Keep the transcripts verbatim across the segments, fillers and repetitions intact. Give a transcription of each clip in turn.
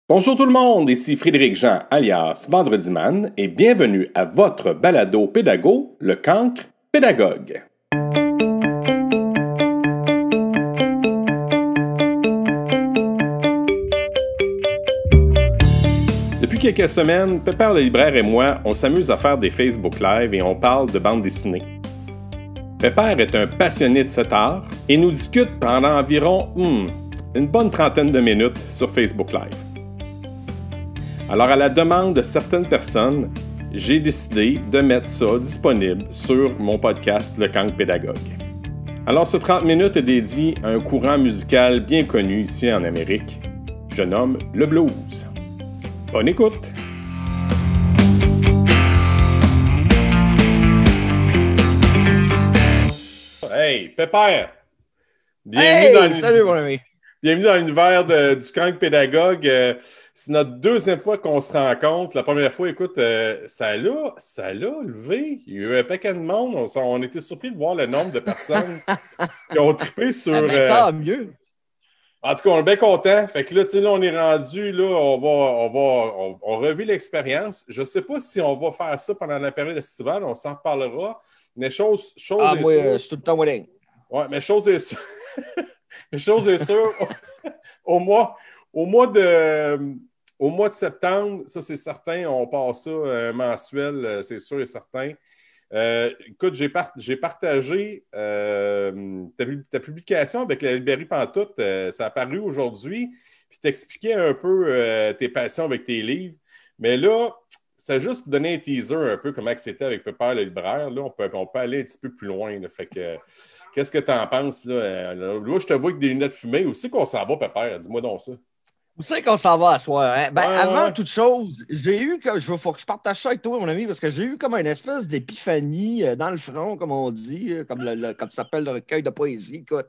Bonjour tout le monde, ici Frédéric Jean alias Vendredi Man et bienvenue à votre balado pédago, le cancre pédagogue. Depuis quelques semaines, Pépère le libraire et moi, on s'amuse à faire des Facebook Live et on parle de bande dessinée. Pépère est un passionné de cet art et nous discute pendant environ hmm, une bonne trentaine de minutes sur Facebook Live. Alors, à la demande de certaines personnes, j'ai décidé de mettre ça disponible sur mon podcast Le Cancre pédagogue. Alors, ce trente minutes est dédié à un courant musical bien connu ici en Amérique. Je nomme le blues. Bonne écoute! Hey, Pépère! Bienvenue hey, dans le... Salut, mon ami! Bienvenue dans l'univers de, du Cancre pédagogue. Euh, c'est notre deuxième fois qu'on se rencontre. La première fois, écoute, euh, ça l'a, ça l'a levé. Il y a eu un paquet de monde. On, on était surpris de voir le nombre de personnes qui ont trippé sur... Ah ben, tant euh... mieux! En tout cas, on est bien contents. Fait que là, tu sais, là, on est rendu, là, on va, on va, on, on revit l'expérience. Je ne sais pas si on va faire ça pendant la période estivale. On s'en reparlera. Mais chose, chose ah, est moi, sûre... je suis tout le temps willing. Ouais, mais chose est sûre... mais chose est sûre... Au mois, au, mois de, au mois de septembre, ça c'est certain, on passe ça euh, mensuel, c'est sûr et certain. Euh, écoute, j'ai, part, j'ai partagé euh, ta, ta publication avec la librairie Pantoute, euh, ça a apparu aujourd'hui, puis t'expliquais un peu euh, tes passions avec tes livres. Mais là, c'est juste pour donner un teaser un peu comment c'était avec Pépère le libraire. Là, on peut, on peut aller un petit peu plus loin. Là, fait que... Qu'est-ce que tu en penses, là? Là, je te vois avec des lunettes fumées. Où c'est qu'on s'en va, Pépère? Dis-moi donc ça. Où c'est qu'on s'en va à soir? Hein? Ben, ouais, avant ouais. toute chose, j'ai eu, il faut que je partage ça avec toi, mon ami, parce que j'ai eu comme une espèce d'épiphanie euh, dans le front, comme on dit, euh, comme, le, le, comme ça s'appelle le recueil de poésie. Écoute,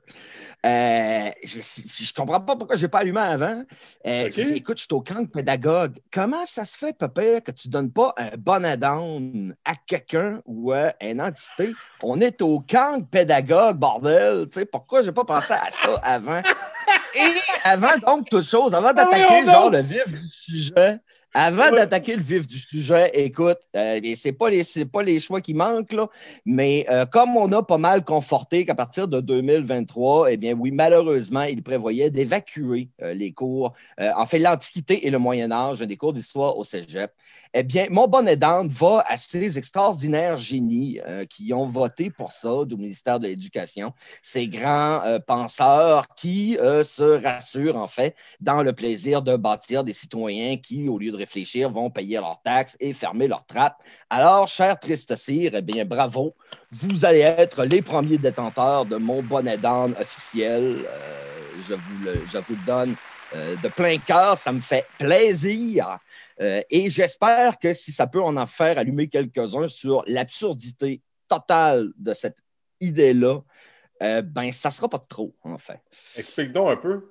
euh, je ne comprends pas pourquoi je n'ai pas allumé avant. Euh, okay. je dis, écoute, je suis au cancre pédagogue. Comment ça se fait, Pépère, que tu ne donnes pas un bonnet d'âne à quelqu'un ou à une entité? On est au cancre pédagogue, bordel. Tu sais, pourquoi je n'ai pas pensé à ça avant? Et avant donc toute chose, avant d'attaquer ah oui, genre le vif du sujet, avant ouais. d'attaquer le vif du sujet, écoute, euh, c'est pas les c'est pas les choix qui manquent là, mais euh, comme on a pas mal conforté qu'à partir de deux mille vingt-trois, eh bien oui, malheureusement, il prévoyait d'évacuer euh, les cours, euh, en fait l'Antiquité et le Moyen Âge, des cours d'histoire au Cégep. Eh bien, mon bonnet d'âne va à ces extraordinaires génies euh, qui ont voté pour ça du ministère de l'Éducation, ces grands euh, penseurs qui euh, se rassurent, en fait, dans le plaisir de bâtir des citoyens qui, au lieu de réfléchir, vont payer leurs taxes et fermer leurs trappes. Alors, cher triste cire, eh bien, bravo, vous allez être les premiers détenteurs de mon bonnet d'âne officiel. Euh, je, vous le, je vous le donne euh, de plein cœur, ça me fait plaisir. Euh, et j'espère que si ça peut en en faire allumer quelques-uns sur l'absurdité totale de cette idée-là, euh, ben ça sera pas de trop, en fait. Explique donc un peu.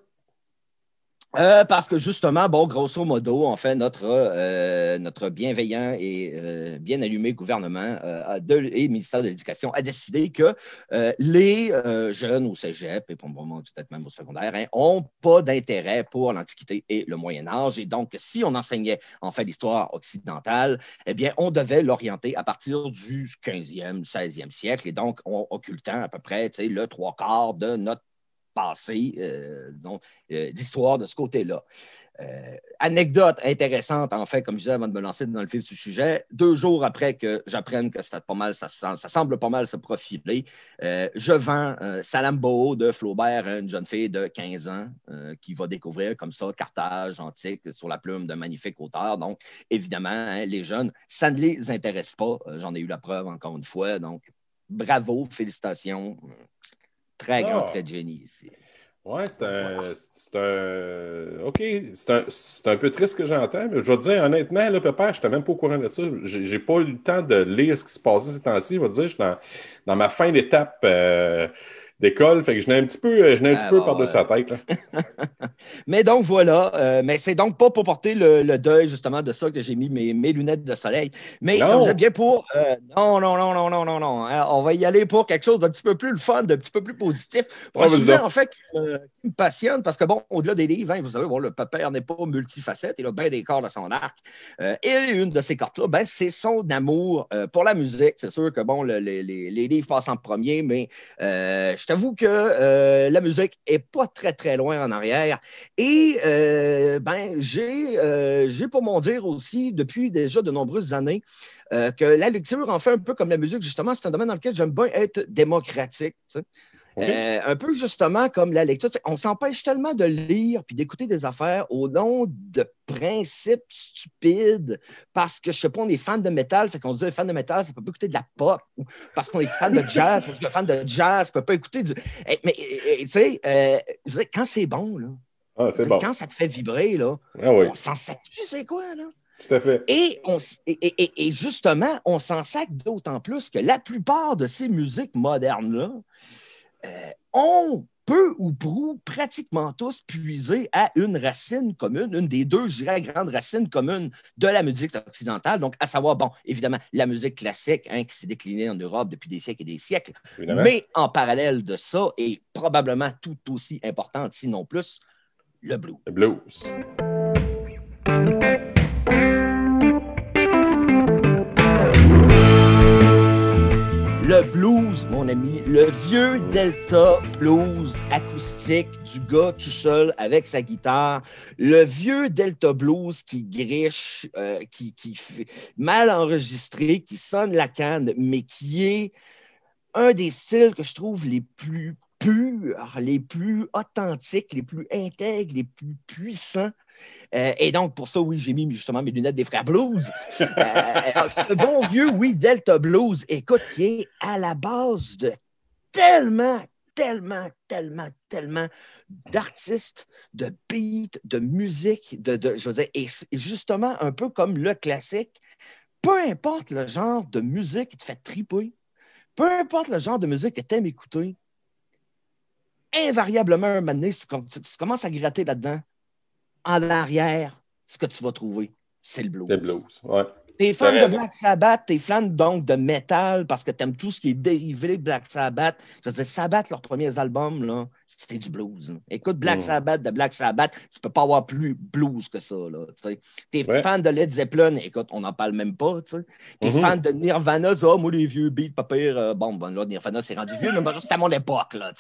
Euh, parce que justement, bon, grosso modo, en fait, notre, euh, notre bienveillant et euh, bien allumé gouvernement euh, de, et ministère de l'Éducation a décidé que euh, les euh, jeunes au cégep et pour le moment peut-être même au secondaire n'ont hein, pas d'intérêt pour l'Antiquité et le Moyen Âge. Et donc, si on enseignait en fait l'histoire occidentale, eh bien, on devait l'orienter à partir du quinzième, seizième siècle et donc on occultant à peu près le trois quarts de notre passé, euh, disons, euh, d'histoire de ce côté-là. Euh, anecdote intéressante, en fait, comme je disais avant de me lancer dans le vif du sujet, deux jours après que j'apprenne que ça, pas mal, ça, ça semble pas mal se profiler, euh, je vends euh, Salammbô de Flaubert à une jeune fille de quinze ans euh, qui va découvrir comme ça Carthage antique sur la plume d'un magnifique auteur. Donc, évidemment, hein, les jeunes, ça ne les intéresse pas. Euh, j'en ai eu la preuve encore une fois. Donc, bravo, félicitations. Très grand trait de génie ici. Oui, c'est un, c'est un... OK, c'est un, c'est un peu triste ce que j'entends, mais je vais te dire, honnêtement, là, Pépère, je n'étais même pas au courant de ça. J'ai, j'ai pas eu le temps de lire ce qui se passait ces temps-ci. Je vais te dire, je suis dans, dans ma fin d'étape euh, d'école. Fait que je n'ai un petit peu, je n'ai un petit Ah, peu bon, par-dessus ouais. la tête. Là. Mais donc voilà, euh, mais c'est donc pas pour porter le, le deuil justement de ça que j'ai mis mes, mes lunettes de soleil. Mais comme je disais, Non! bien pour euh, non, non, non, non, non, non, non. Hein, on va y aller pour quelque chose d'un petit peu plus le fun, d'un petit peu plus positif, pour un Ah, vas-y sujet donc. en fait qui me, qui me passionne, parce que bon, au-delà des livres, hein, vous savez, bon, le pépère n'est pas multifacette, il a bien des cordes à son arc. Euh, et une de ces cordes-là, ben, c'est son amour euh, pour la musique. C'est sûr que bon, le, les, les, les livres passent en premier, mais euh, je t'avoue que euh, la musique est pas très, très loin en arrière. Et euh, ben, j'ai, euh, j'ai pour mon dire aussi, depuis déjà de nombreuses années, euh, que la lecture, en fait, un peu comme la musique, justement, c'est un domaine dans lequel j'aime bien être démocratique. Tu sais. OK? Euh, un peu justement comme la lecture. Tu sais, on s'empêche tellement de lire puis d'écouter des affaires au nom de principes stupides parce que, je sais pas, on est fan de métal, fait qu'on se dit fan de métal, ça peut pas écouter de la pop. Ou parce qu'on est fan de jazz, parce que fan de jazz, ça peut pas écouter du. Eh, mais, eh, tu sais, euh, je veux dire, quand c'est bon, là, Ah, je veux c'est dire, bon. quand ça te fait vibrer, là, Ah oui, on s'en sac. Tu sais quoi, là? tout à fait. Et, on, et, et, et justement, on s'en sac d'autant plus que la plupart de ces musiques modernes-là, euh, on peut ou prou pratiquement tous puiser à une racine commune, une des deux, je dirais, grandes racines communes de la musique occidentale, donc à savoir, bon, évidemment, la musique classique hein, qui s'est déclinée en Europe depuis des siècles et des siècles, Évidemment. mais en parallèle de ça, et probablement tout aussi importante, sinon plus, le blues. Le blues. Le blues, mon ami, le vieux Delta blues acoustique du gars tout seul avec sa guitare, le vieux Delta blues qui griche, euh, qui, qui fait mal enregistré, qui sonne la canne, mais qui est un des styles que je trouve les plus purs, les plus authentiques, les plus intègres, les plus puissants. Euh, et donc, pour ça, oui, j'ai mis justement mes lunettes des frères Blues. Euh, ce bon vieux, oui, Delta Blues, écoute, qui est à la base de tellement, tellement, tellement, tellement d'artistes, de beats, de musique, de, de, je veux dire, et, et justement, un peu comme le classique, peu importe le genre de musique qui te fait triper, peu importe le genre de musique que tu aimes écouter, invariablement, un moment donné, tu, tu, tu commences à gratter là-dedans, en arrière, ce que tu vas trouver, c'est le blues. C'est le blues, ouais. T'es T'as fan de raison. Black Sabbath, t'es fan donc de métal parce que t'aimes tout ce qui est dérivé de Black Sabbath. Je veux dire, Sabbath, leurs premiers albums, là, c'était du blues. Là. Écoute Black Mm. Sabbath de Black Sabbath, tu peux pas avoir plus blues que ça. Là, t'es Ouais. fan de Led Zeppelin, écoute, on n'en parle même pas. T'sais. T'es Mm-hmm. fan de Nirvana, ça, moi, les vieux beats, pas pire. Euh, bon, bon, là, Nirvana, c'est rendu vieux, mais c'était à mon époque. Là,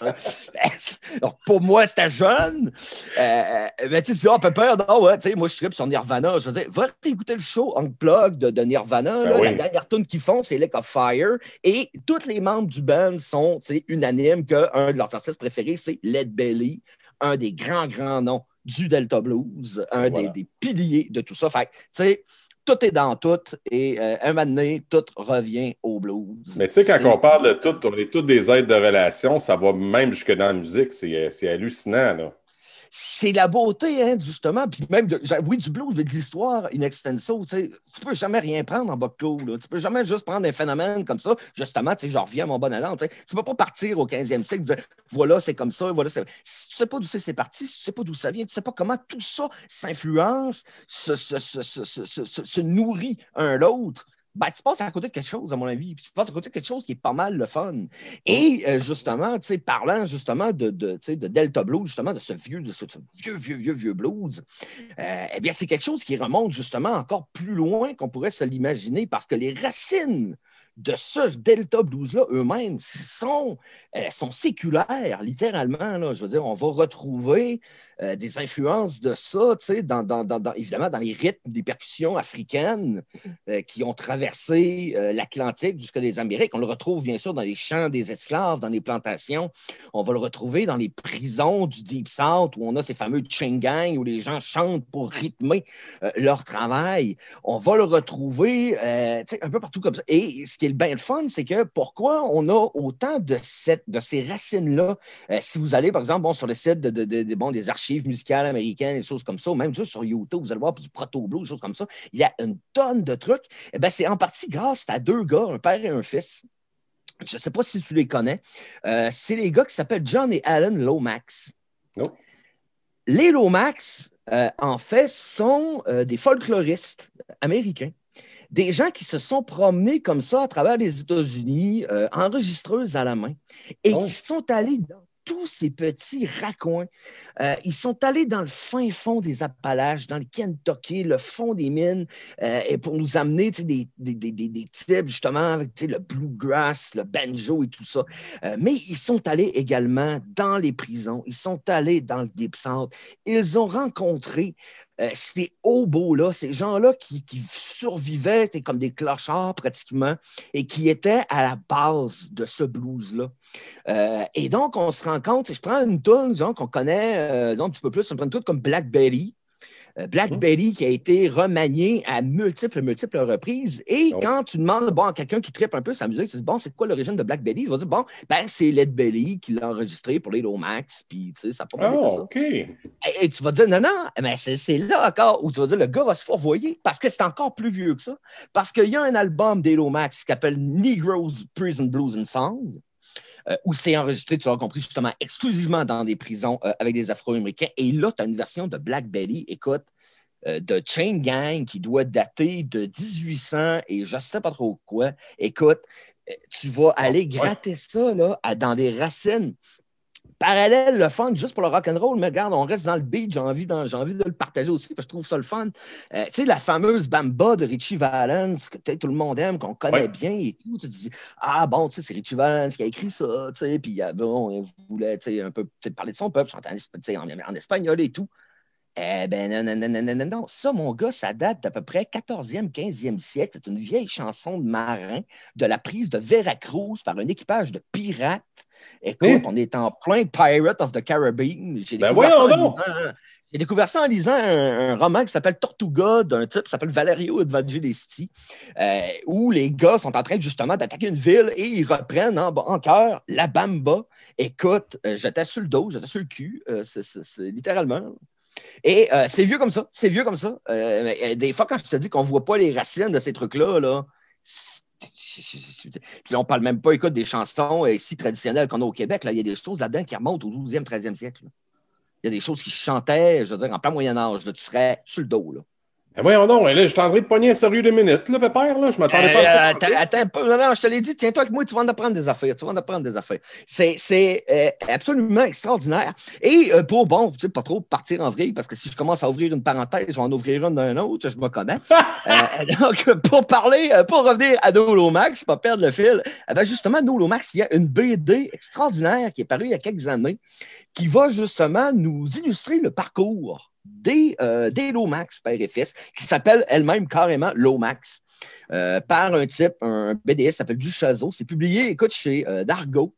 donc, pour moi, c'était jeune. Euh, mais tu sais, ah, pas peur, non, ouais, tu sais, moi, je tripe sur Nirvana. Je veux dire, va écouter le show Unplugged de, de Nirvana. Ben Là, oui. La dernière tune qu'ils font, c'est Lake of Fire. Et tous les membres du band sont unanimes qu'un de leurs artistes préférés, c'est Led Belly, un des grands, grands noms du Delta Blues, un voilà. des, des piliers de tout ça. Fait que, tu sais, tout est dans tout et euh, un moment donné, tout revient au blues. Mais tu sais, quand c'est... on parle de tout, on est tous des aides de relation, ça va même jusque dans la musique. C'est, c'est hallucinant, là. C'est la beauté, hein, justement, puis même, de, oui, du blues, mais de l'histoire in extenso, tu sais, tu peux jamais rien prendre en bas de clos, là. Tu peux jamais juste prendre un phénomène comme ça, justement, tu sais, je reviens à mon bon allant, tu sais, tu peux pas partir au quinzième siècle et dire, voilà, c'est comme ça, voilà, c'est... Si tu sais pas d'où c'est, c'est parti, si tu sais pas d'où ça vient, tu sais pas comment tout ça s'influence, se, se, se, se, se, se, se nourrit un l'autre, ben, tu passes à côté de quelque chose, à mon avis. Puis tu passes à côté de quelque chose qui est pas mal le fun. Et euh, justement, tu sais, parlant justement de, de, de Delta Blues, justement, de ce vieux, de ce, ce vieux, vieux, vieux, vieux blues, euh, eh bien, c'est quelque chose qui remonte justement encore plus loin qu'on pourrait se l'imaginer parce que les racines de ce Delta Blues-là eux-mêmes sont, euh, sont séculaires, littéralement. Là. Je veux dire, on va retrouver euh, des influences de ça, tu sais, dans, dans, dans, évidemment, dans les rythmes des percussions africaines euh, qui ont traversé euh, l'Atlantique jusqu'à les Amériques. On le retrouve, bien sûr, dans les champs des esclaves, dans les plantations. On va le retrouver dans les prisons du Deep South, où on a ces fameux chain gangs, où les gens chantent pour rythmer euh, leur travail. On va le retrouver euh, un peu partout comme ça. Et ce qui est bien le fun, c'est que pourquoi on a autant de, cette, de ces racines-là? Euh, si vous allez, par exemple, bon, sur le site de, de, de, de, bon, des archives musicales américaines, des choses comme ça, ou même juste sur YouTube, vous allez voir du proto-blues, des choses comme ça, il y a une tonne de trucs. Eh bien, c'est en partie grâce à deux gars, un père et un fils, Je ne sais pas si tu les connais. Euh, c'est les gars qui s'appellent John et Alan Lomax. Non. Les Lomax, euh, en fait, sont euh, des folkloristes américains. Des gens qui se sont promenés comme ça à travers les États-Unis, euh, enregistreuses à la main, et oh. qui sont allés dans tous ces petits raccoins. Euh, ils sont allés dans le fin fond des Appalaches, dans le Kentucky, le fond des mines, euh, et pour nous amener des, des, des, des, des types, justement, avec le bluegrass, le banjo et tout ça. Euh, mais ils sont allés également dans les prisons, ils sont allés dans le Deep South. Ils ont rencontré Euh, ces hobos-là, ces gens-là qui, qui survivaient comme des clochards pratiquement et qui étaient à la base de ce blues-là. Euh, et donc, on se rend compte, si je prends une toune qu'on connaît euh, un petit peu plus, on prend une toune comme Black Betty. Black mmh. Betty qui a été remanié à multiples, multiples reprises. Et oh. quand tu demandes bon, à quelqu'un qui trippe un peu sa musique, tu dis bon, c'est quoi l'origine de Black Betty? Il va dire bon, ben, c'est Led Belly qui l'a enregistré pour les Lomax, puis tu sais, ça n'a pas oh, ça. OK. Et, et tu vas dire non, non, mais c'est, c'est là encore où tu vas dire le gars va se fourvoyer parce que c'est encore plus vieux que ça. Parce qu'il y a un album des Lomax qui s'appelle Negroes Prison Blues and Song. Euh, où c'est enregistré, tu l'as compris, justement, exclusivement dans des prisons euh, avec des Afro-Américains. Et là, tu as une version de Black Betty, écoute, euh, de Chain Gang qui doit dater de dix-huit cents et je ne sais pas trop quoi. Écoute, euh, tu vas aller oh, gratter ouais. ça là, à, dans des racines. Parallèle, le fun, juste pour le rock'n'roll, mais regarde, on reste dans le beat, j'ai envie, dans, j'ai envie de le partager aussi, parce que je trouve ça le fun. Euh, tu sais, la fameuse Bamba de Richie Valens, que tout le monde aime, qu'on connaît ouais. bien et tout, tu te dis, ah bon, tu sais, c'est Richie Valens qui a écrit ça, tu sais, puis bon, il voulait, tu sais, un peu parler de son peuple, chanter en, en, en espagnol et tout. Eh ben non, non, non, non, non, non, non. Ça, mon gars, ça date d'à peu près quatorzième, quinzième siècle. C'est une vieille chanson de marin de la prise de Veracruz par un équipage de pirates. Écoute, hein? On est en plein Pirate of the Caribbean. J'ai ben voyons donc! J'ai découvert ça en lisant un, un roman qui s'appelle Tortuga d'un type qui s'appelle Valerio Evangelisti, euh, où les gars sont en train justement d'attaquer une ville et ils reprennent en, en cœur la Bamba. Écoute, euh, j'étais sur le dos, j'étais sur le cul, euh, c'est, c'est, c'est littéralement... Et euh, c'est vieux comme ça, c'est vieux comme ça. Euh, des fois, quand je te dis qu'on ne voit pas les racines de ces trucs-là, là, puis on ne parle même pas, écoute, des chansons ici traditionnelles qu'on a au Québec. Là, il y a des choses là-dedans qui remontent au douzième, treizième siècle. Là. Il y a des choses qui se chantaient, je veux dire, en plein Moyen-Âge. Là, tu serais sur le dos. Là. Ben voyons donc, là, je suis en train de pogner un sérieux de minutes, là, pépère, là. Je m'attendais pas à ça. Euh, attends, attends, non, non, je te l'ai dit, tiens-toi avec moi, tu vas en apprendre des affaires. Tu vas en apprendre des affaires. C'est, c'est euh, absolument extraordinaire. Et euh, pour, bon, tu sais, pas trop partir en vrille, parce que si je commence à ouvrir une parenthèse, je vais en ouvrir une d'un autre, je me connais. euh, donc, pour parler, pour revenir à No Lomax, pas perdre le fil, eh ben justement, No Lomax, il y a une B D extraordinaire qui est parue il y a quelques années, qui va justement nous illustrer le parcours des, euh, des Lomax, père et fils, qui s'appelle elle-même carrément Lomax, euh, par un type, un B D S qui s'appelle Duchazot. C'est publié, écoute, chez euh, Dargaud.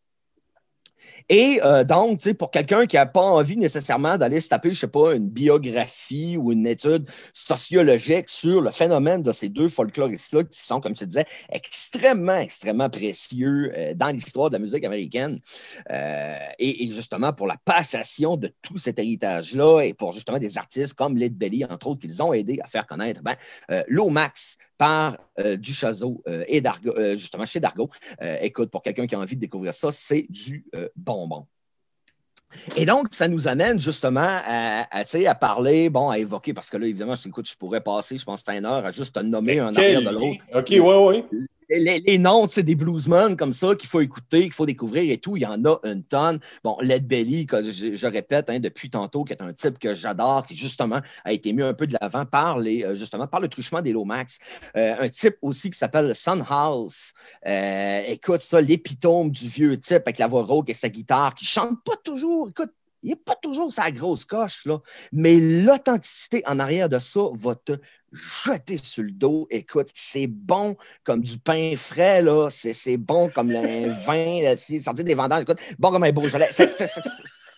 Et euh, donc, tu sais, pour quelqu'un qui n'a pas envie nécessairement d'aller se taper, je sais pas, une biographie ou une étude sociologique sur le phénomène de ces deux folkloristes-là qui sont, comme tu disais, extrêmement, extrêmement précieux euh, dans l'histoire de la musique américaine. Euh, et, et justement, pour la passation de tout cet héritage-là et pour justement des artistes comme Led Belly, entre autres, qu'ils ont aidé à faire connaître, ben, euh, Lomax par euh, Duchazot euh, et Dargaud, euh, justement chez Dargaud. Euh, écoute, pour quelqu'un qui a envie de découvrir ça, c'est du euh, bonbon. Et donc, ça nous amène justement à, à, à parler, bon, à évoquer, parce que là, évidemment, écoute, je pourrais passer, je pense, une heure à juste te nommer un arrière de l'autre. OK, oui, oui. Les, les noms, tu sais, des bluesmen comme ça qu'il faut écouter, qu'il faut découvrir et tout, il y en a une tonne. Bon, Led Belly, que je, je répète hein, depuis tantôt, qui est un type que j'adore, qui justement a été mis un peu de l'avant par les, euh, justement par le truchement des Lomax. Euh, un type aussi qui s'appelle Son House. Euh, écoute ça, l'épitome du vieux type avec la voix rauque et sa guitare, qui chante pas toujours, écoute, il n'est pas toujours sa grosse coche, là, mais l'authenticité en arrière de ça va te jeter sur le dos. Écoute, c'est bon comme du pain frais, là. C'est, c'est bon comme le vin, c'est sorti des vendanges. Écoute, bon comme un beau gelé. C'est, c'est, c'est,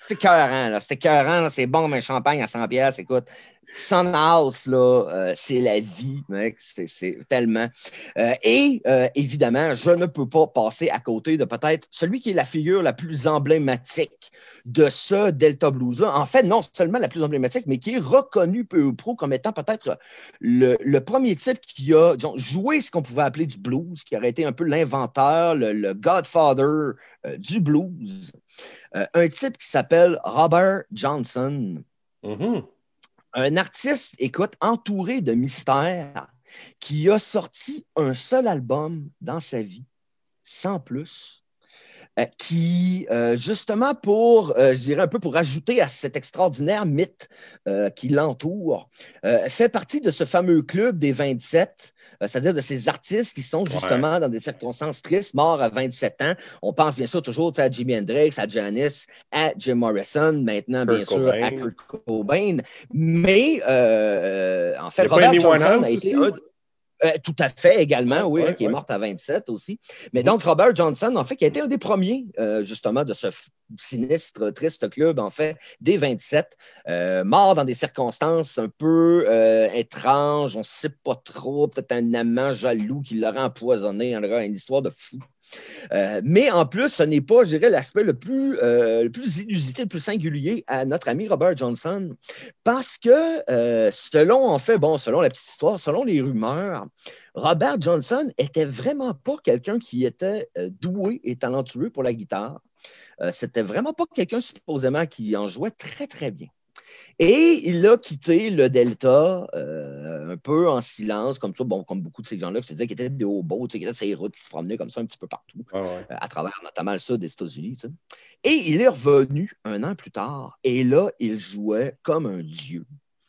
c'est écœurant, là. C'est écœurant, là. C'est bon, mais champagne à cent piastres, écoute. Sunhouse, là, euh, c'est la vie, mec. C'est, c'est tellement. Euh, et euh, évidemment, je ne peux pas passer à côté de peut-être celui qui est la figure la plus emblématique de ce Delta Blues-là. En fait, non seulement la plus emblématique, mais qui est reconnu peu ou prou comme étant peut-être le, le premier type qui a disons, joué ce qu'on pouvait appeler du blues, qui aurait été un peu l'inventeur, le, le godfather euh, du blues. Euh, un type qui s'appelle Robert Johnson. Mm-hmm. Un artiste, écoute, entouré de mystères, qui a sorti un seul album dans sa vie, sans plus, euh, qui, euh, justement, pour, euh, je dirais un peu pour ajouter à cet extraordinaire mythe euh, qui l'entoure, euh, fait partie de ce fameux club des vingt-sept, euh, c'est-à-dire de ces artistes qui sont justement ouais. dans des circonstances tristes, morts à vingt-sept ans. On pense bien sûr toujours à Jimi Hendrix, à Janis, à Jim Morrison, maintenant, Kurt bien sûr, Cobain. à Kurt Cobain. Mais, euh, en fait, Robert Johnson a été un... Euh, tout à fait, également, ouais, oui, ouais, hein, qui ouais. est morte à vingt-sept aussi. Mais mmh. donc, Robert Johnson, en fait, qui a été un des premiers, euh, justement, de ce f- sinistre, triste club, en fait, des vingt-sept, euh, mort dans des circonstances un peu euh, étranges, on ne sait pas trop, peut-être un amant jaloux qui l'aurait empoisonné, une histoire de fou. Euh, mais en plus, ce n'est pas, je dirais, l'aspect le plus, euh, le plus inusité, le plus singulier à notre ami Robert Johnson, parce que euh, selon, en fait, bon, selon la petite histoire, selon les rumeurs, Robert Johnson était vraiment pas quelqu'un qui était euh, doué et talentueux pour la guitare. Euh, c'était vraiment pas quelqu'un, supposément, qui en jouait très, très bien. Et il a quitté le Delta euh, un peu en silence, comme ça, bon, comme beaucoup de ces gens-là, qui se disaient qu'ils étaient des hobos, qui étaient sur les routes, qui se promenaient comme ça un petit peu partout, ah ouais. euh, à travers notamment le sud des États-Unis. Tu sais. Et il est revenu un an plus tard, et là, il jouait comme un dieu.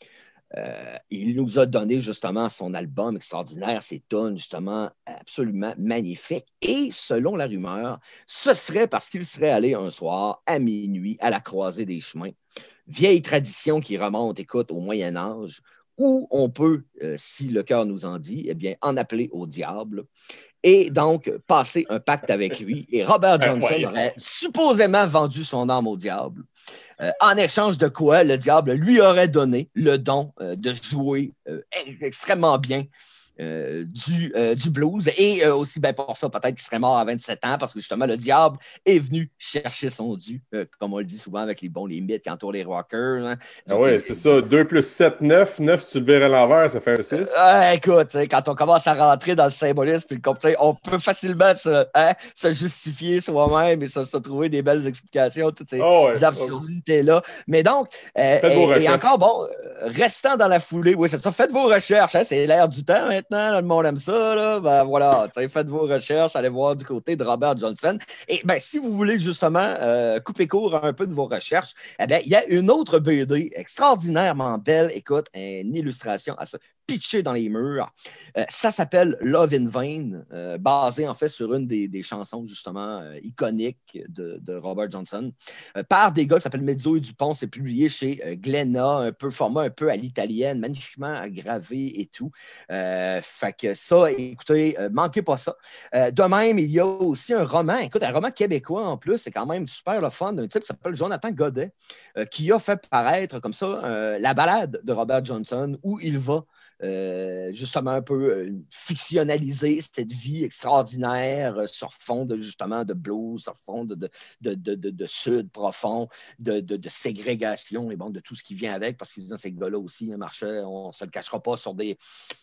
Euh, il nous a donné justement son album extraordinaire, ses tunes justement absolument magnifiques. Et selon la rumeur, ce serait parce qu'il serait allé un soir à minuit à la croisée des chemins. Vieille tradition qui remonte, écoute, au Moyen Âge, où on peut, euh, si le cœur nous en dit, eh bien, en appeler au diable et donc passer un pacte avec lui. Et Robert Johnson ouais. aurait supposément vendu son âme au diable, euh, en échange de quoi le diable lui aurait donné le don euh, de jouer euh, extrêmement bien Euh, du, euh, du blues et euh, aussi ben, pour ça peut-être qu'il serait mort à vingt-sept ans parce que justement le diable est venu chercher son dû, euh, comme on le dit souvent avec les bons les mythes qui entourent les rockers. Hein. Ah oui, c'est ça. deux plus sept, neuf. neuf, tu le verrais à l'envers, ça fait un six. Euh, écoute, quand on commence à rentrer dans le symbolisme puis le on peut facilement se, hein, se justifier soi-même et se, se trouver des belles explications, toutes ces oh ouais, absurdités-là. Oh. Mais donc, euh, et, et encore bon, restant dans la foulée, oui, c'est ça, faites vos recherches, hein, c'est l'air du temps maintenant. Là, le monde aime ça, là, ben voilà, faites vos recherches, allez voir du côté de Robert Johnson. Et ben, si vous voulez justement euh, couper court un peu de vos recherches, eh bien, il y a une autre B D extraordinairement belle, écoute, une illustration à ça, pitchée dans les murs. Euh, ça s'appelle Love in Vain, euh, basé en fait sur une des, des chansons justement euh, iconiques de, de Robert Johnson, euh, par des gars qui s'appellent Mezzo et Dupont. C'est publié chez euh, Glénat, un peu format un peu à l'italienne, magnifiquement gravé et tout. Euh, fait que ça, écoutez, euh, manquez pas ça. Euh, de même, il y a aussi un roman, écoute, un roman québécois en plus, c'est quand même super le fun, d'un type qui s'appelle Jonathan Godet, euh, qui a fait paraître comme ça euh, la balade de Robert Johnson, où il va Euh, justement un peu euh, fictionnaliser cette vie extraordinaire euh, sur fond de justement de blues, sur fond de, de, de, de, de, de sud profond, de, de, de ségrégation et bon, de tout ce qui vient avec, parce que ces gars-là aussi hein, marchaient, on ne se le cachera pas, sur des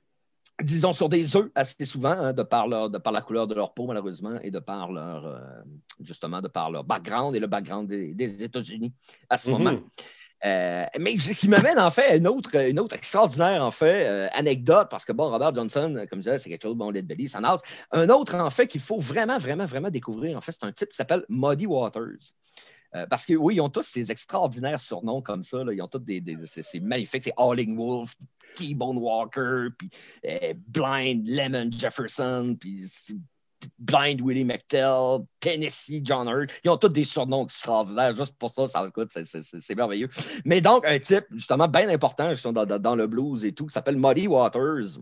disons sur des œufs assez souvent, hein, de, par leur, de par la couleur de leur peau, malheureusement, et de par leur euh, justement de par leur background et le background des, des États-Unis à ce mm-hmm. moment. Euh, mais ce qui m'amène en fait une autre, une autre extraordinaire en fait euh, anecdote, parce que bon, Robert Johnson, comme je disais, c'est quelque chose, bon, Led Belly, ça nage. Un autre en fait qu'il faut vraiment, vraiment, vraiment découvrir, en fait, c'est un type qui s'appelle Muddy Waters. Euh, parce que oui, ils ont tous ces extraordinaires surnoms comme ça, là. Ils ont tous des, des c'est, c'est magnifique, c'est Howling Wolf, T-Bone Walker, puis euh, Blind Lemon Jefferson, puis Blind Willie McTell, Tennessee John Hurt. Ils ont tous des surnoms extraordinaires. Juste pour ça, ça écoute, c'est, c'est, c'est merveilleux. Mais donc, un type, justement, bien important justement, dans, dans le blues et tout, qui s'appelle Muddy Waters,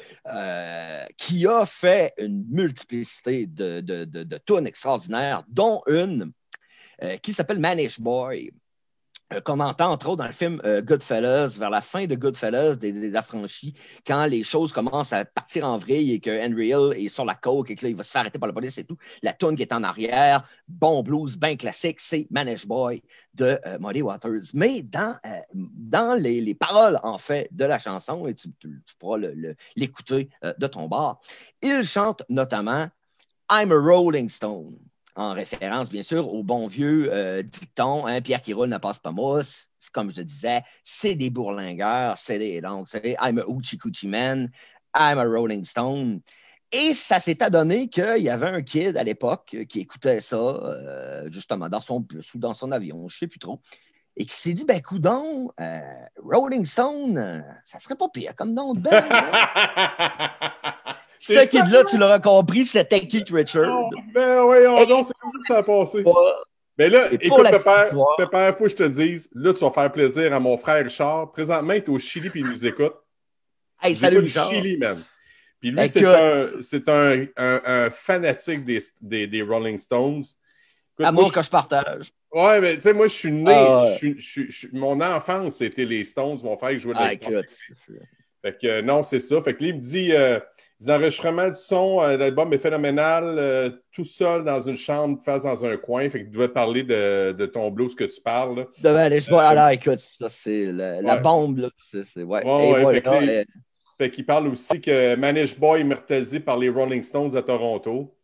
euh, qui a fait une multiplicité de, de, de, de tunes extraordinaires, dont une euh, qui s'appelle Manish Boy. Euh, qu'on entend entre autres dans le film euh, Goodfellas, vers la fin de Goodfellas, des, des affranchis, quand les choses commencent à partir en vrille et que Henry Hill est sur la coke et qu'il va se faire arrêter par la police et tout, la tune qui est en arrière, bon blues, bien classique, c'est Manage Boy de euh, Muddy Waters. Mais dans, euh, dans les, les paroles, en fait, de la chanson, et tu, tu, tu pourras le, le, l'écouter euh, de ton bar, il chante notamment I'm a Rolling Stone, en référence, bien sûr, au bon vieux euh, dicton, hein, Pierre qui roule ne passe pas mousse. Comme je disais, c'est des bourlingueurs, c'est des... Donc, c'est I'm a Hoochie Coochie Man, I'm a Rolling Stone. Et ça s'est adonné qu'il y avait un kid à l'époque qui écoutait ça, euh, justement, dans son bus ou dans son avion, je ne sais plus trop, et qui s'est dit, ben, coudonc, euh, Rolling Stone, euh, ça serait pas pire comme nom de band. Ce kid-là, tu l'auras compris, c'était Keith Richards. Oh, ben oui, oh, non, c'est comme ça que ça a passé. Ouais. Mais là, et écoute, Pépère, Pépère, il faut que je te dise, là, tu vas faire plaisir à mon frère Richard. Présentement, il est au Chili et il nous écoute. Hey, il salut, écoute Richard. Chili, man. Puis lui, ben, c'est, un, c'est un, un, un fanatique des, des, des Rolling Stones. Écoute, Amour moi, que je, je partage. Ouais, mais tu sais, moi, je suis né, uh, je, je, je, mon enfance, c'était les Stones. Mon frère, il jouait de la guitare. Fait que, euh, non, c'est ça. Fait que là, il me dit, euh, les enregistrements du son, euh, l'album est phénoménal, euh, tout seul dans une chambre, face dans un coin. Fait que tu devais parler de, de ton blues que tu parles. Là. Ben, allez, je vois, euh, alors, écoute, ça, c'est le, ouais. la bombe, là. C'est, c'est, ouais. ouais, Et ouais voilà, fait, que là, euh... fait qu'il parle aussi que Manage Boy est martyrisé par les Rolling Stones à Toronto.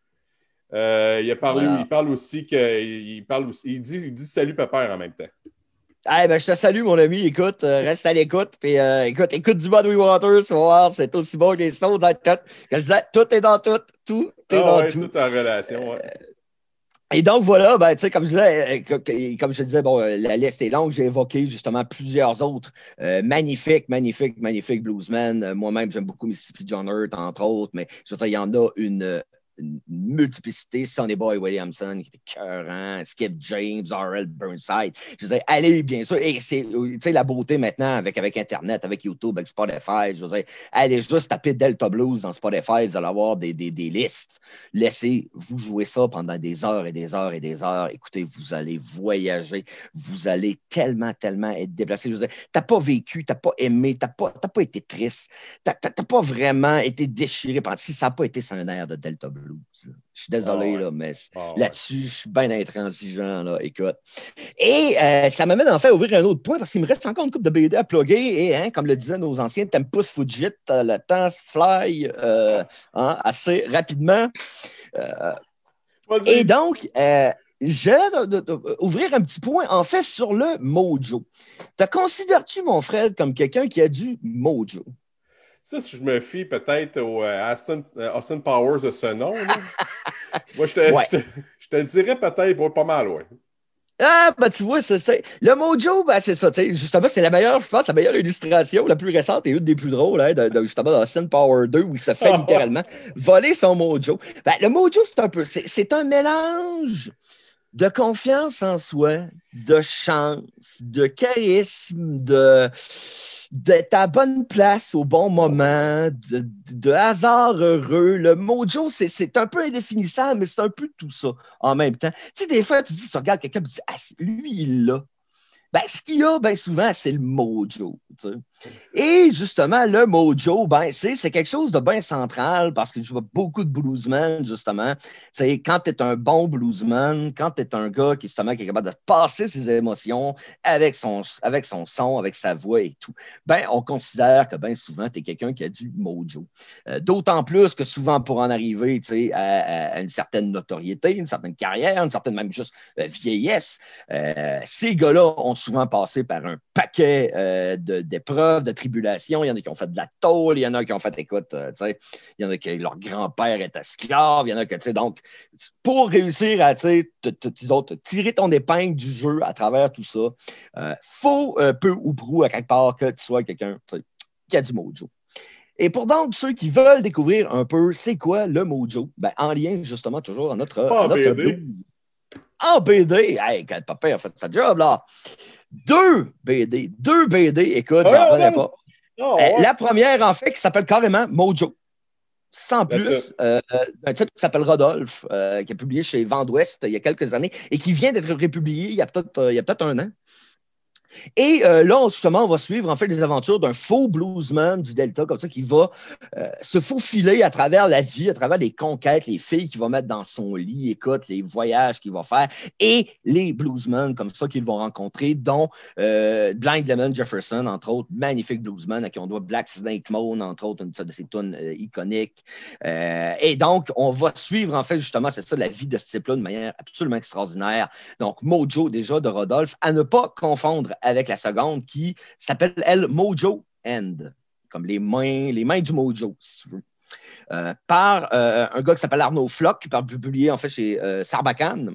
Euh, il, a parlé, voilà. il parle aussi que il, parle aussi, il, dit, il dit salut Pépère en même temps. Hey, ben, je te salue, mon ami. Écoute, euh, reste à l'écoute. Puis, euh, écoute, écoute du Muddy Waters, tu vas voir, c'est aussi bon que les Stones. Tout est dans tout. Tout est ah, dans ouais, tout. Tout en relation, ouais. Euh, et donc, voilà, ben, tu sais, comme je disais, comme je disais, bon, la liste est longue. J'ai évoqué justement plusieurs autres euh, magnifiques, magnifiques, magnifiques bluesmen. Euh, moi-même, j'aime beaucoup Mississippi John Hurt, entre autres, mais je veux dire, il y en a une. une multiplicité, Sonny Boy Williamson, qui était cœurant, Skip James, R L Burnside. Je veux dire, allez, bien sûr, et c'est, tu sais, la beauté maintenant avec, avec Internet, avec YouTube, avec Spotify, je veux dire, allez juste taper Delta Blues dans Spotify, vous allez avoir des, des, des listes. Laissez-vous jouer ça pendant des heures et des heures et des heures. Écoutez, vous allez voyager, vous allez tellement, tellement être déplacé. Je veux dire, t'as pas vécu, t'as pas aimé, t'as pas, t'as pas été triste, t'as, t'as, t'as pas vraiment été déchiré. Si ça n'a pas été sur un air de Delta Blues. Je suis désolé, oh ouais. là, mais oh là-dessus, ouais. je suis bien intransigeant, là, écoute. Et euh, ça m'amène en fait à ouvrir un autre point parce qu'il me reste encore une couple de B D à plugger et, hein, comme le disaient nos anciens, Tempus Fugit, le temps fly euh, hein, assez rapidement. Euh, et donc, euh, j'ai ouvrir un petit point, en fait, sur le mojo. Te considères-tu, mon Fred, comme quelqu'un qui a du mojo? Ça, si je me fie peut-être au euh, Austin, euh, Austin Powers de ce nom, là. Moi, je te, ouais. je, te, je te dirais peut-être pour pas mal, ouais. Ah, ben tu vois, c'est, c'est... le mojo, ben, c'est ça. Justement, c'est la meilleure, je pense, la meilleure illustration, la plus récente et une des plus drôles, hein, de, de, justement, dans Austin Power deux, où il se fait littéralement voler son mojo. Ben, le mojo, c'est un peu, c'est, c'est un mélange de confiance en soi, de chance, de charisme, de... d'être à bonne place au bon moment, de, de hasard heureux. Le mojo, c'est, c'est un peu indéfinissable, mais c'est un peu tout ça en même temps. Tu sais, des fois, tu dis, tu regardes quelqu'un et tu dis, ah, lui, il l'a. Ben, ce qu'il y a, ben, souvent, c'est le mojo. Tu sais. Et justement, le mojo, ben, c'est, c'est quelque chose de bien central parce que je vois beaucoup de bluesmen, justement. C'est quand tu es un bon bluesman, quand tu es un gars qui, justement, qui est capable de passer ses émotions avec son, avec son son, avec sa voix et tout, ben, on considère que bien souvent, tu es quelqu'un qui a du mojo. Euh, d'autant plus que souvent, pour en arriver, tu sais, à, à une certaine notoriété, une certaine carrière, une certaine même juste euh, vieillesse, euh, ces gars-là ont souvent passé par un paquet euh, de, d'épreuves, de tribulations. Il y en a qui ont fait de la tôle, il y en a qui ont fait, écoute, euh, tu sais, il y en a qui, leur grand-père est esclave, il y en a que, tu sais, donc, pour réussir à, tu sais, t- t- t- tirer ton épingle du jeu à travers tout ça, euh, faut euh, peu ou prou, à quelque part, que tu sois quelqu'un, tu sais, qui a du mojo. Et pour donc ceux qui veulent découvrir un peu c'est quoi le mojo, ben, en lien justement toujours à notre, oh, à notre blues. En B D, hey, quand papa a fait sa job, là. Deux B D, deux B D, écoute, oh, j'en revenais pas. Oh, ouais. euh, la première, en fait, qui s'appelle carrément Mojo. Sans plus, euh, un type qui s'appelle Rodolphe, euh, qui a publié chez Vent d'Ouest il y a quelques années et qui vient d'être republié il y a peut-être, euh, il y a peut-être un an. Et euh, là, justement, on va suivre en fait les aventures d'un faux bluesman du Delta, comme ça, qui va euh, se faufiler à travers la vie, à travers les conquêtes, les filles qu'il va mettre dans son lit, écoute, les voyages qu'il va faire, et les bluesmen comme ça qu'ils vont rencontrer, dont euh, Blind Lemon Jefferson, entre autres, magnifique bluesman à qui on doit Black Snake Moan, entre autres, une de ses tunes euh, iconiques. Euh, et donc, on va suivre en fait justement, c'est ça, la vie de ce type-là de manière absolument extraordinaire. Donc, Mojo, déjà, de Rodolphe, à ne pas confondre avec la seconde qui s'appelle, elle, Mojo End, comme les mains, les mains du Mojo, si tu veux. Euh, par euh, un gars qui s'appelle Arnaud Floch, qui a publié en fait chez euh, Sarbacane.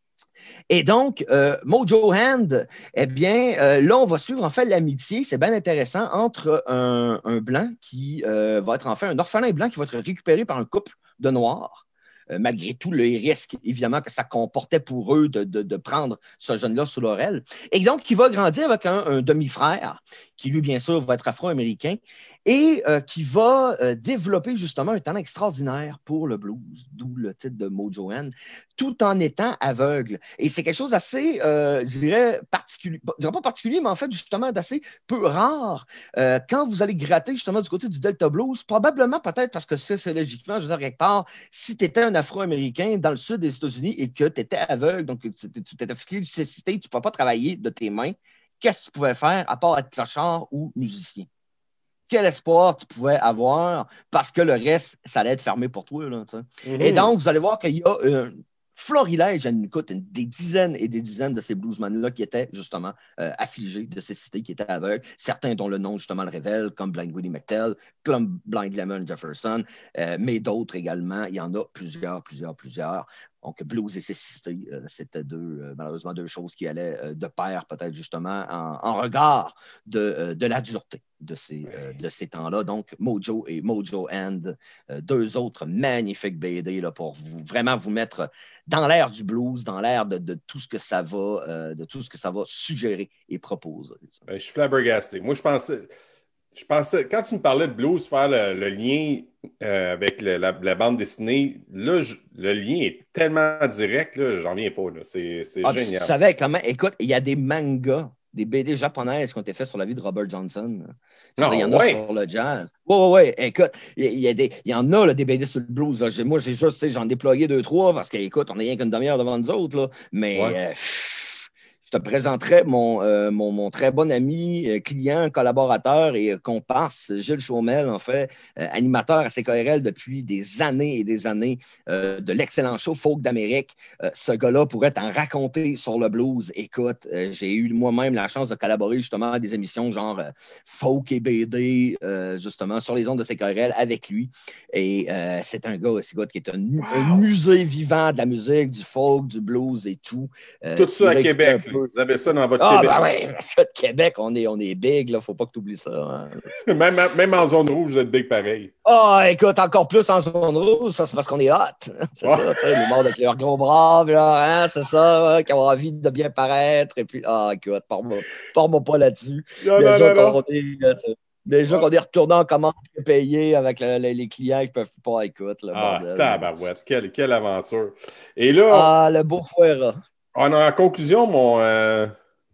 Et donc, euh, Mojo Hand, eh bien, euh, là, on va suivre en fait l'amitié, c'est bien intéressant, entre un, un blanc qui euh, va être en fait un orphelin blanc qui va être récupéré par un couple de noirs. Euh, malgré tout le risque, évidemment, que ça comportait pour eux de, de, de prendre ce jeune-là sous leur aile. Et donc, qui va grandir avec un, un demi-frère, qui lui, bien sûr, va être afro-américain, et euh, qui va euh, développer justement un talent extraordinaire pour le blues, d'où le titre de Mojo Hand, tout en étant aveugle. Et c'est quelque chose d'assez, euh, je dirais, particulier, je dirais pas particulier, mais en fait, justement, d'assez peu rare. Euh, quand vous allez gratter justement du côté du Delta Blues, probablement peut-être parce que c'est logiquement, je veux dire, quelque part, si tu étais un Afro-Américain dans le sud des États-Unis et que tu étais aveugle, donc tu t'étais affecté de cécité, tu ne pouvais pas travailler de tes mains, qu'est-ce que tu pouvais faire à part être clochard ou musicien? Quel espoir tu pouvais avoir parce que le reste, ça allait être fermé pour toi. Là, mm-hmm. Et donc, vous allez voir qu'il y a un florilège, écoute, des dizaines et des dizaines de ces bluesmen-là qui étaient justement euh, affligés de cécité, qui étaient aveugles, certains dont le nom justement le révèle, comme Blind Willie McTell, comme Blind Lemon Jefferson, euh, mais d'autres également. Il y en a plusieurs, plusieurs, plusieurs. Donc, blues et cécité, euh, c'était deux, euh, malheureusement deux choses qui allaient euh, de pair, peut-être justement, en, en regard de, euh, de la dureté de ces, euh, de ces temps-là. Donc, Mojo et Mojo Hand, euh, deux autres magnifiques B D là, pour vous, vraiment vous mettre dans l'ère du blues, dans l'ère de, de tout ce que ça va, euh, de tout ce que ça va suggérer et proposer. Ben, je suis flabbergasté. Moi, je pensais... Je pensais, quand tu me parlais de blues, faire le, le lien euh, avec le, la, la bande dessinée, là, je, le lien est tellement direct, là, j'en viens pas. Là. C'est, c'est ah, génial. Tu savais comment? Écoute, il y a des mangas, des B D japonaises qui ont été faits sur la vie de Robert Johnson. Non, il y en ouais. a sur le jazz. Oui, oui, oui. Écoute, il y, a des, il y en a là, des B D sur le blues. Là. Moi, j'ai juste, j'en ai déployé deux, trois parce qu'écoute, on n'est rien qu'une demi-heure devant nous autres. Là. Mais. Ouais. Euh, Je te présenterai mon, euh, mon, mon très bon ami, euh, client, collaborateur et euh, comparse, Gilles Chaumel, en fait, euh, animateur à C K R L depuis des années et des années euh, de l'excellent show Folk d'Amérique. Euh, ce gars-là pourrait t'en raconter sur le blues. Écoute, euh, j'ai eu moi-même la chance de collaborer justement à des émissions genre euh, Folk et B D, euh, justement, sur les ondes de C K R L avec lui. Et euh, c'est un gars, c'est un gars qui est un, wow. un musée vivant de la musique, du folk, du blues et tout. Euh, tout ça à Québec. Vous avez ça dans votre ah, Québec. Ah, ben oui, Québec, on est, on est big, là. Faut pas que tu oublies ça. Hein. même, même en zone rouge, vous êtes big pareil. Ah, oh, écoute, encore plus en zone rouge, ça, c'est parce qu'on est hot. C'est oh. ça, tu sais, les morts avec leurs gros bras, là, hein, c'est ça, hein, qui ont envie de bien paraître. Et puis, ah, écoute, parle-moi, parle-moi pas là-dessus. Non, Déjà non, non, qu'on est, déjà ouais. qu'on est retourné en commande payé avec le, les, les clients qui peuvent pas, écoute. Là, ah, tabarouette, quelle, quelle aventure. Et là. Ah, le beau fouera. En, en conclusion, mon. Euh...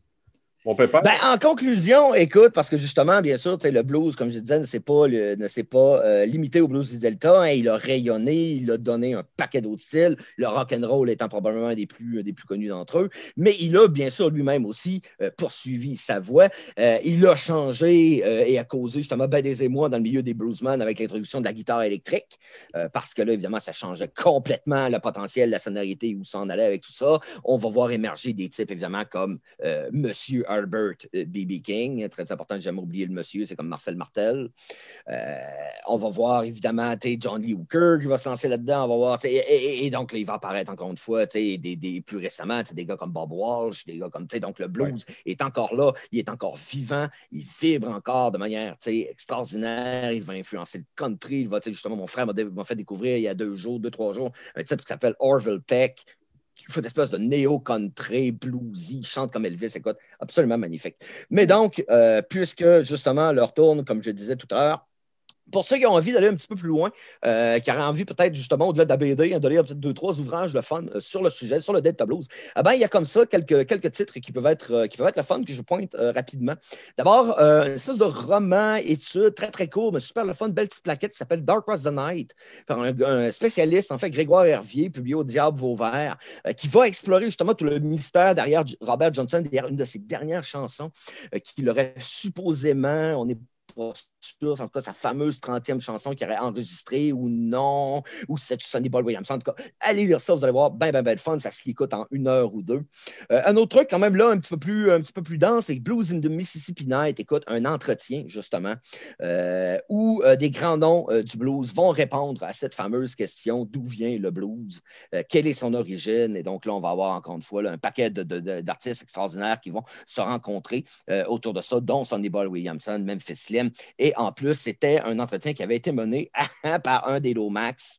Mon pépère? Ben, en conclusion, écoute, parce que justement, bien sûr, le blues, comme je disais, ne s'est pas, le, ne s'est pas euh, limité au blues du Delta. Hein, il a rayonné, il a donné un paquet d'autres styles, le rock'n'roll étant probablement un des plus, des plus connus d'entre eux. Mais il a, bien sûr, lui-même aussi euh, poursuivi sa voie. Euh, il a changé euh, et a causé justement ben des émois dans le milieu des bluesmen avec l'introduction de la guitare électrique, euh, parce que là, évidemment, ça changeait complètement le potentiel, la sonorité, où ça en allait avec tout ça. On va voir émerger des types, évidemment, comme euh, Monsieur Albert B B King, très important, j'ai jamais oublié le monsieur, c'est comme Marcel Martel. Euh, on va voir évidemment John Lee Hooker qui va se lancer là-dedans, on va voir, et, et, et donc là, il va apparaître encore une fois des, des, plus récemment, des gars comme Bob Walsh, des gars comme, donc le blues ouais. est encore là, il est encore vivant, il vibre encore de manière extraordinaire, il va influencer le country, il va, justement, mon frère m'a, m'a fait découvrir il y a deux jours, deux, trois jours, un type qui s'appelle Orville Peck, il fait une espèce de néo-country, bluesy, il chante comme Elvis, écoute, absolument magnifique. Mais donc, euh, puisque justement, leur tourne, comme je disais tout à l'heure, Pour ceux qui ont envie d'aller un petit peu plus loin, euh, qui auraient envie peut-être justement au-delà de la B D, hein, de lire peut-être deux, trois ouvrages de fun euh, sur le sujet, sur le Delta Blues, eh ben, il y a comme ça quelques, quelques titres qui peuvent être, euh, qui peuvent être le fun que je pointe euh, rapidement. D'abord, euh, une espèce de roman, étude très très court, mais super le fun, belle petite plaquette qui s'appelle Dark Across the Night, par un, un spécialiste, en fait, Grégoire Hervier, publié au Diable Vauvert, euh, qui va explorer justement tout le mystère derrière Robert Johnson, derrière une de ses dernières chansons, euh, qu'il aurait supposément, on est pas sûr, en tout cas, sa fameuse trentième chanson qu'il aurait enregistrée ou non, ou si c'est Sonny Boy Williamson. En tout cas, allez lire ça, vous allez voir, ben, ben, ben de fun, ça s'écoute en une heure ou deux. Euh, un autre truc, quand même, là, un petit peu plus, un petit peu plus dense, c'est Blues in the Mississippi Night, écoute, un entretien, justement, euh, où euh, des grands noms euh, du blues vont répondre à cette fameuse question, d'où vient le blues, euh, quelle est son origine, et donc là, on va avoir, encore une fois, là, un paquet de, de, de, d'artistes extraordinaires qui vont se rencontrer euh, autour de ça, dont Sonny Boy Williamson, Memphis Slim. Et en plus, c'était un entretien qui avait été mené par un des Lomax.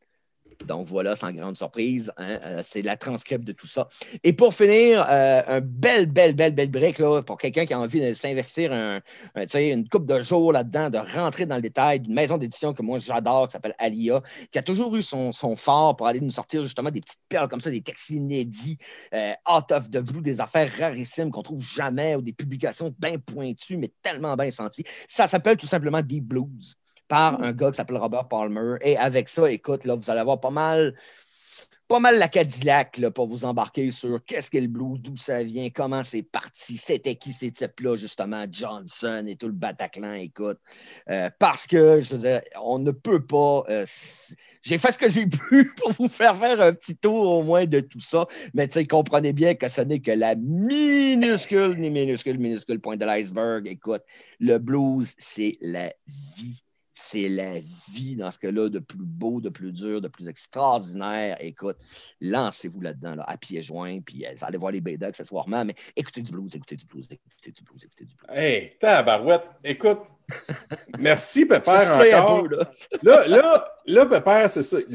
Donc voilà, sans grande surprise, hein, euh, c'est la transcript de tout ça. Et pour finir, euh, un bel, bel, bel, bel break là, pour quelqu'un qui a envie de s'investir un, un, une couple de jours là-dedans, de rentrer dans le détail d'une maison d'édition que moi j'adore, qui s'appelle Alia, qui a toujours eu son, son fort pour aller nous sortir justement des petites perles comme ça, des textes inédits, euh, out of the blue, des affaires rarissimes qu'on trouve jamais, ou des publications bien pointues, mais tellement bien senties. Ça s'appelle tout simplement Deep Blues, par un gars qui s'appelle Robert Palmer. Et avec ça, écoute, là, vous allez avoir pas mal, pas mal la Cadillac là, pour vous embarquer sur qu'est-ce qu'est le blues, d'où ça vient, comment c'est parti, c'était qui ces types-là, justement, Johnson et tout le Bataclan, écoute. Euh, parce que, je veux dire, on ne peut pas... Euh, j'ai fait ce que j'ai pu pour vous faire faire un petit tour au moins de tout ça, mais tu sais, comprenez bien que ce n'est que la minuscule, ni minuscule, minuscule point de l'iceberg. Écoute, le blues, c'est la vie. C'est la vie dans ce cas-là, de plus beau, de plus dur, de plus extraordinaire. Écoute, lancez-vous là-dedans, là, à pieds joints, puis euh, allez voir les B D accessoirement, mais écoutez du blues, écoutez du blues, écoutez du blues, écoutez du blues. Hey, tabarouette, écoute, merci Pépère encore. Peu, là. là, là, là, Pépère, c'est ça.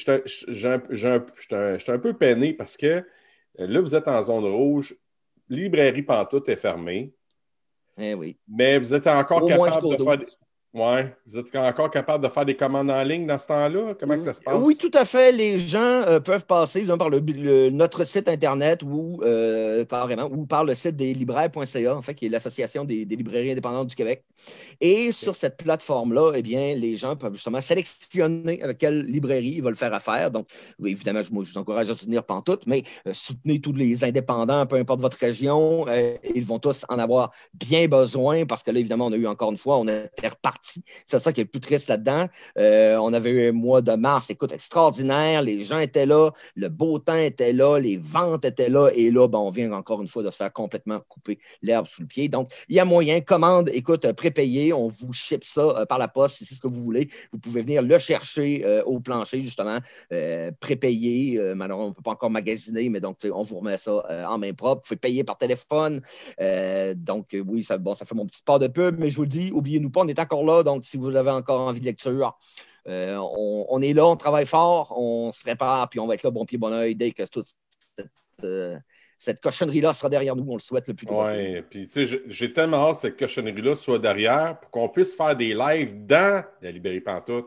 J'étais un peu peiné parce que là, vous êtes en zone rouge, librairie Pantoute est fermée. Eh oui. Mais vous êtes encore Au capable de faire... Des... Oui, vous êtes encore capable de faire des commandes en ligne dans ce temps-là? Comment que ça se passe? Oui, tout à fait. Les gens euh, peuvent passer par le, le, notre site Internet ou euh, carrément, ou par le site des libraires point c a, en fait, qui est l'Association des, des librairies indépendantes du Québec. Et okay. Sur cette plateforme-là, eh bien, les gens peuvent justement sélectionner avec quelle librairie ils veulent faire affaire. Donc, oui, évidemment, je, moi, je vous encourage à soutenir Pantoute, mais euh, soutenez tous les indépendants, peu importe votre région. Euh, ils vont tous en avoir bien besoin parce que là, évidemment, on a eu encore une fois, on était reparti. C'est ça qui est le plus triste là-dedans. Euh, on avait eu un mois de mars, écoute, extraordinaire. Les gens étaient là, le beau temps était là, les ventes étaient là. Et là, ben, on vient encore une fois de se faire complètement couper l'herbe sous le pied. Donc, il y a moyen. Commande, écoute, prépayé. On vous ship ça euh, par la poste si c'est ce que vous voulez. Vous pouvez venir le chercher euh, au plancher, justement, euh, prépayé. Euh, malheureusement, on ne peut pas encore magasiner, mais donc, on vous remet ça euh, en main propre. Vous pouvez payer par téléphone. Euh, donc, euh, oui, ça, bon, ça fait mon petit sport de pub, mais je vous le dis, oubliez-nous pas, on est encore là. Donc, si vous avez encore envie de lecture, euh, on, on est là, on travaille fort, on se prépare, puis on va être là bon pied, bon oeil dès que toute cette, euh, cette cochonnerie-là sera derrière nous. On le souhaite le plus tôt possible. Oui, puis tu sais, j'ai tellement hâte que cette cochonnerie-là soit derrière pour qu'on puisse faire des lives dans la librairie Pantoute.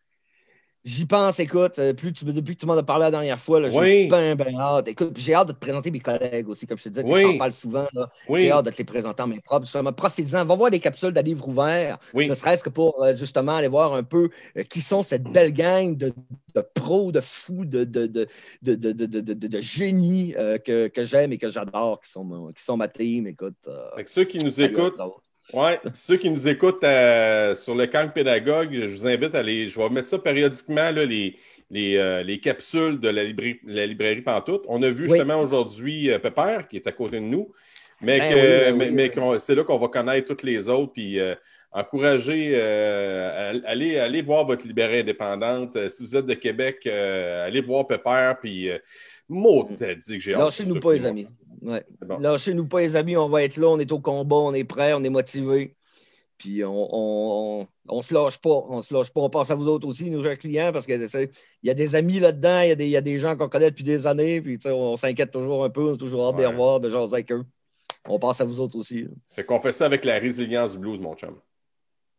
J'y pense, écoute, plus tu, depuis que tu m'en as parlé la dernière fois, là, oui. j'ai bien, bien hâte. Écoute, j'ai hâte de te présenter mes collègues aussi, comme je te disais, oui. je t'en parle souvent. Là. Oui. J'ai hâte de te les présenter en main propre. Profites-en, va voir des capsules de livres ouverts, oui. ne serait-ce que pour justement aller voir un peu euh, qui sont cette belle gang de, de pros, de fous, de, de, de, de, de, de, de, de, de génies euh, que, que j'aime et que j'adore, qui sont, qui sont ma team. Écoute, euh, avec ceux qui nous écoutent. Oui, ceux qui nous écoutent euh, sur le camp pédagogue, je vous invite à aller. Je vais mettre ça périodiquement, là, les, les, euh, les capsules de la, libra- la librairie Pantoute. On a vu oui. justement aujourd'hui euh, Pépère, qui est à côté de nous, mais, ben que, oui, ben mais, oui, mais oui. c'est là qu'on va connaître toutes les autres. Puis euh, encourager, euh, allez, allez voir votre librairie indépendante. Si vous êtes de Québec, euh, allez voir Pépère. Puis, euh, Maud t'a dit que j'ai hâte. Lâchez-nous pas, les amis. Ouais. Bon. Lâchez-nous pas, les amis. On va être là, on est au combat, on est prêts, on est motivés. Puis on, on, on, on se lâche pas. On se lâche pas. On pense à vous autres aussi, nos chers clients, parce qu'il y a des amis là-dedans, il y a des, y a des gens qu'on connaît depuis des années. Puis on, on s'inquiète toujours un peu, on a toujours hâte ouais. de les revoir, de jaser avec eux. On pense à vous autres aussi. Fait qu'on fait ça avec la résilience du blues, mon chum.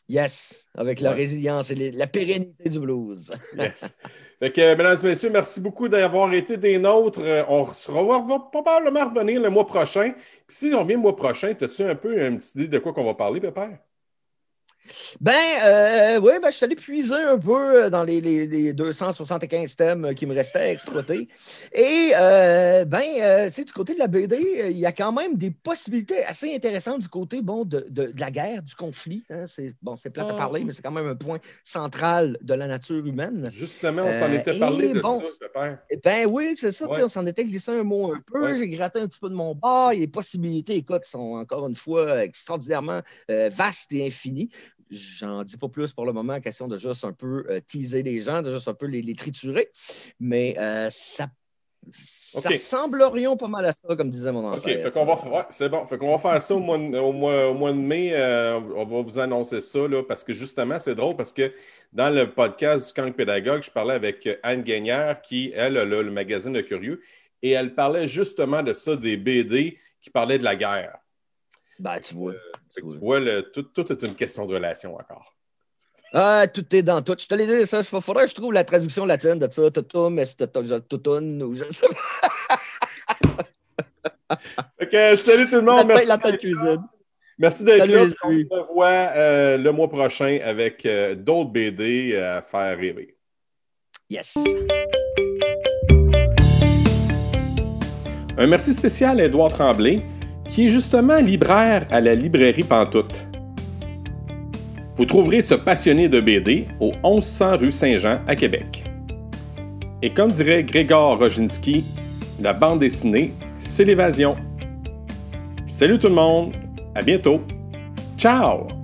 Yes, avec la Ouais. résilience et les- la pérennité du blues. Yes. Fait que, mesdames et messieurs, merci beaucoup d'avoir été des nôtres. Euh, On sera, va, va probablement revenir le mois prochain. Puis si on revient le mois prochain, as-tu un peu une petite idée de quoi qu'on va parler, Pépère? Ben, euh, oui, ben, je suis allé puiser un peu dans les, les, les deux cent soixante-quinze thèmes qui me restaient à exploiter. Et, euh, ben, euh, tu sais, du côté de la B D, il y a quand même des possibilités assez intéressantes du côté, bon, de, de, de la guerre, du conflit. Hein. C'est, bon, c'est plate à parler, mais c'est quand même un point central de la nature humaine. Justement, on s'en était Euh, parlé et de bon, ça, Pépère. Ben oui, c'est ça, tu sais, Ouais. on s'en était glissé un mot un peu, Ouais. j'ai gratté un petit peu de mon bord, les possibilités, écoute, sont encore une fois extraordinairement euh, vastes et infinies. J'en dis pas plus pour le moment, question de juste un peu euh, teaser les gens, de juste un peu les, les triturer, mais euh, ça, ça OK. ressemblerions pas mal à ça, comme disait mon OK, ancêtre. fait qu'on va, f- ouais, c'est bon. Fait qu'on va faire ça au mois, de- au mois, au mois de mai. euh, on va vous annoncer ça, là, parce que justement, c'est drôle parce que dans le podcast du Camp Pédagogue, je parlais avec Anne Guignard, qui, elle, a le, le magazine Le Curieux, et elle parlait justement de ça, des B D qui parlaient de la guerre. Ben, tu vois. Euh, tu fait que vois. tu vois, le- tout, tout est une question de relation encore. Ah, tout est dans tout. Je te l'ai dit, ça, il faudrait que je trouve la traduction latine de ça, totum, est totum, ou je sais pas. Fait que salut tout le La monde, merci. tête, la tête cuisine. Merci d'être Salut, là. les On se amis. revoit euh, le mois prochain avec euh, d'autres B D à faire rêver. Yes. Un merci spécial à Édouard Tremblay, qui est justement libraire à la librairie Pantoute. Vous trouverez ce passionné de B D au onze cents rue Saint-Jean à Québec. Et comme dirait Grégor Roginski, la bande dessinée, c'est l'évasion. Salut tout le monde, à bientôt. Ciao!